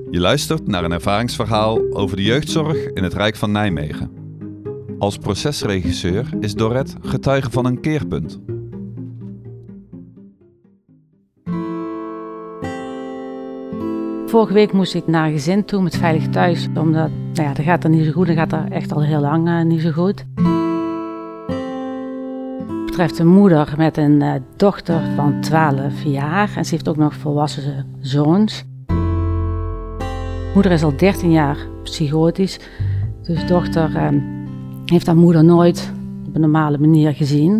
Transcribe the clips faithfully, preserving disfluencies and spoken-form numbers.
Je luistert naar een ervaringsverhaal over de jeugdzorg in het Rijk van Nijmegen. Als procesregisseur is Dorette getuige van een keerpunt. Vorige week moest ik naar een gezin toe met Veilig Thuis, omdat nou ja, dat gaat er niet zo goed, dat gaat er echt al heel lang uh, niet zo goed. Het betreft een moeder met een uh, dochter van twaalf jaar en ze heeft ook nog volwassen zoons. Moeder is al dertien jaar psychotisch, dus de dochter uh, heeft haar moeder nooit op een normale manier gezien.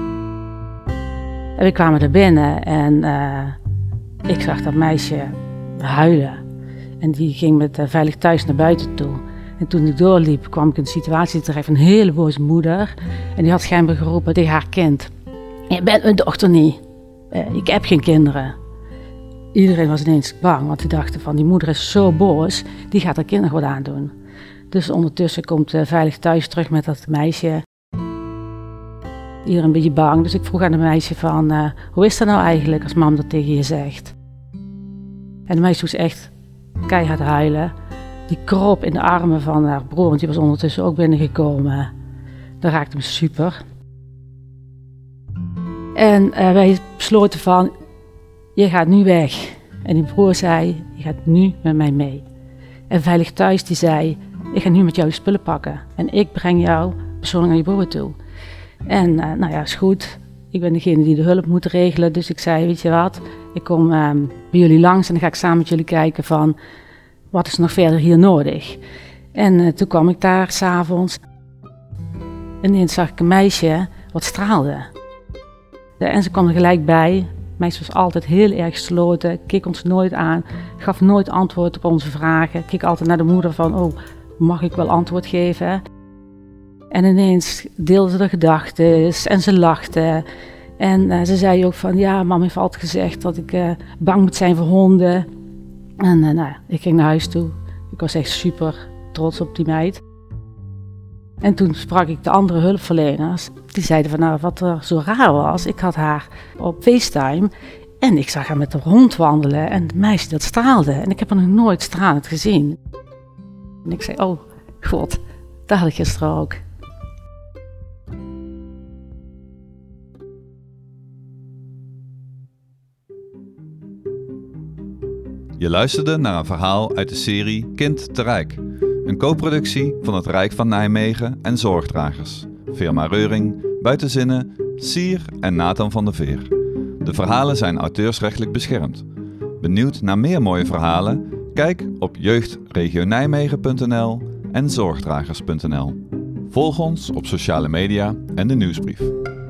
En we kwamen er binnen en uh, ik zag dat meisje huilen. En die ging met uh, Veilig Thuis naar buiten toe. En toen ik doorliep, kwam ik in een situatie terecht van een hele boze moeder. En die had schijnbaar geroepen tegen haar kind: "Je bent mijn dochter niet. Uh, ik heb geen kinderen." Iedereen was ineens bang, want die dachten van die moeder is zo boos, die gaat haar kinderen wat aandoen. Dus ondertussen komt uh, Veilig Thuis terug met dat meisje. Iedereen een beetje bang, dus ik vroeg aan het meisje van, uh, hoe is dat nou eigenlijk als mam dat tegen je zegt? En de meisje moest echt keihard huilen. Die kroop in de armen van haar broer, want die was ondertussen ook binnengekomen. Dat raakte me super. En uh, wij besloten van, je gaat nu weg. En die broer zei, je gaat nu met mij mee. En Veilig Thuis die zei, ik ga nu met jou je spullen pakken. En ik breng jou persoonlijk naar je broer toe. En uh, nou ja, is goed. Ik ben degene die de hulp moet regelen. Dus ik zei, weet je wat, ik kom uh, bij jullie langs en dan ga ik samen met jullie kijken van, wat is nog verder hier nodig? En uh, toen kwam ik daar s'avonds. En ineens zag ik een meisje wat straalde. En ze kwam er gelijk bij. Het meisje was altijd heel erg gesloten, keek ons nooit aan, gaf nooit antwoord op onze vragen. Keek altijd naar de moeder van, oh, mag ik wel antwoord geven? En ineens deelde ze de gedachten en ze lachte. En uh, ze zei ook van, ja, mama heeft altijd gezegd dat ik uh, bang moet zijn voor honden. En uh, nou, ik ging naar huis toe. Ik was echt super trots op die meid. En toen sprak ik de andere hulpverleners. Die zeiden van, nou, wat er zo raar was. Ik had haar op FaceTime en ik zag haar met de hond wandelen. En het meisje dat straalde. En ik heb haar nog nooit stralend gezien. En ik zei, oh, god, dat had ik gisteren ook. Je luisterde naar een verhaal uit de serie Kind te Rijk. Een co-productie van het Rijk van Nijmegen en Zorgdragers. Firma Reuring, Buitenzinnen, Sier en Nathan van der Veer. De verhalen zijn auteursrechtelijk beschermd. Benieuwd naar meer mooie verhalen? Kijk op jeugdregionijmegen punt n l en zorgdragers punt n l. Volg ons op sociale media en de nieuwsbrief.